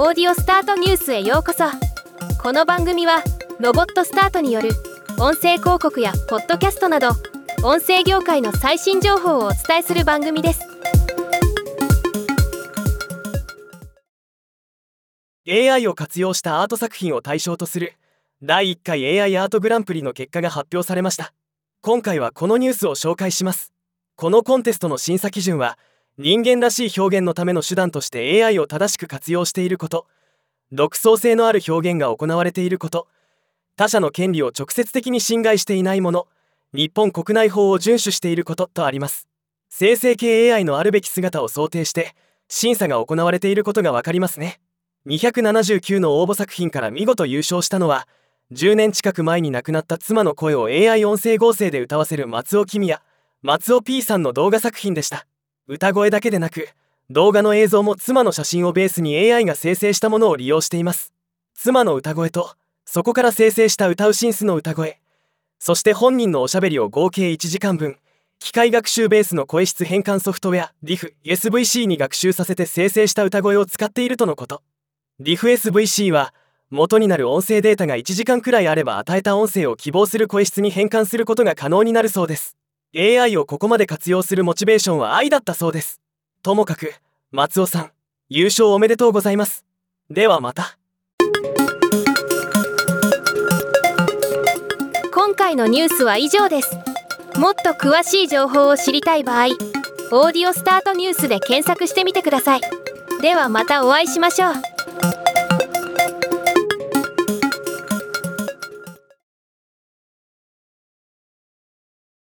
オーディオスタートニュースへようこそ。この番組はロボットスタートによる音声広告やポッドキャストなど音声業界の最新情報をお伝えする番組です。 AI を活用したアート作品を対象とする第1回 AI アートグランプリの結果が発表されました。今回はこのニュースを紹介します。このコンテストの審査基準は、人間らしい表現のための手段として AI を正しく活用していること、独創性のある表現が行われていること、他者の権利を直接的に侵害していないもの、日本国内法を遵守していることとあります。生成系 AI のあるべき姿を想定して審査が行われていることがわかりますね。279の応募作品から見事優勝したのは、10年近く前に亡くなった妻の声を AI 音声合成で歌わせる松尾公也、松尾 P さんの動画作品でした。歌声だけでなく、動画の映像も妻の写真をベースに AI が生成したものを利用しています。妻の歌声と、そこから生成した歌うシンスの歌声、そして本人のおしゃべりを合計1時間分、機械学習ベースの声質変換ソフトウェア DIFF-SVC に学習させて生成した歌声を使っているとのこと。DIFF-SVC は、元になる音声データが1時間くらいあれば与えた音声を希望する声質に変換することが可能になるそうです。AI をここまで活用するモチベーションは愛だったそうです。ともかく、松尾さん、優勝おめでとうございます。ではまた。 今回のニュースは以上です。もっと詳しい情報を知りたい場合、オーディオスタートニュースで検索してみてください。ではまたお会いしましょう。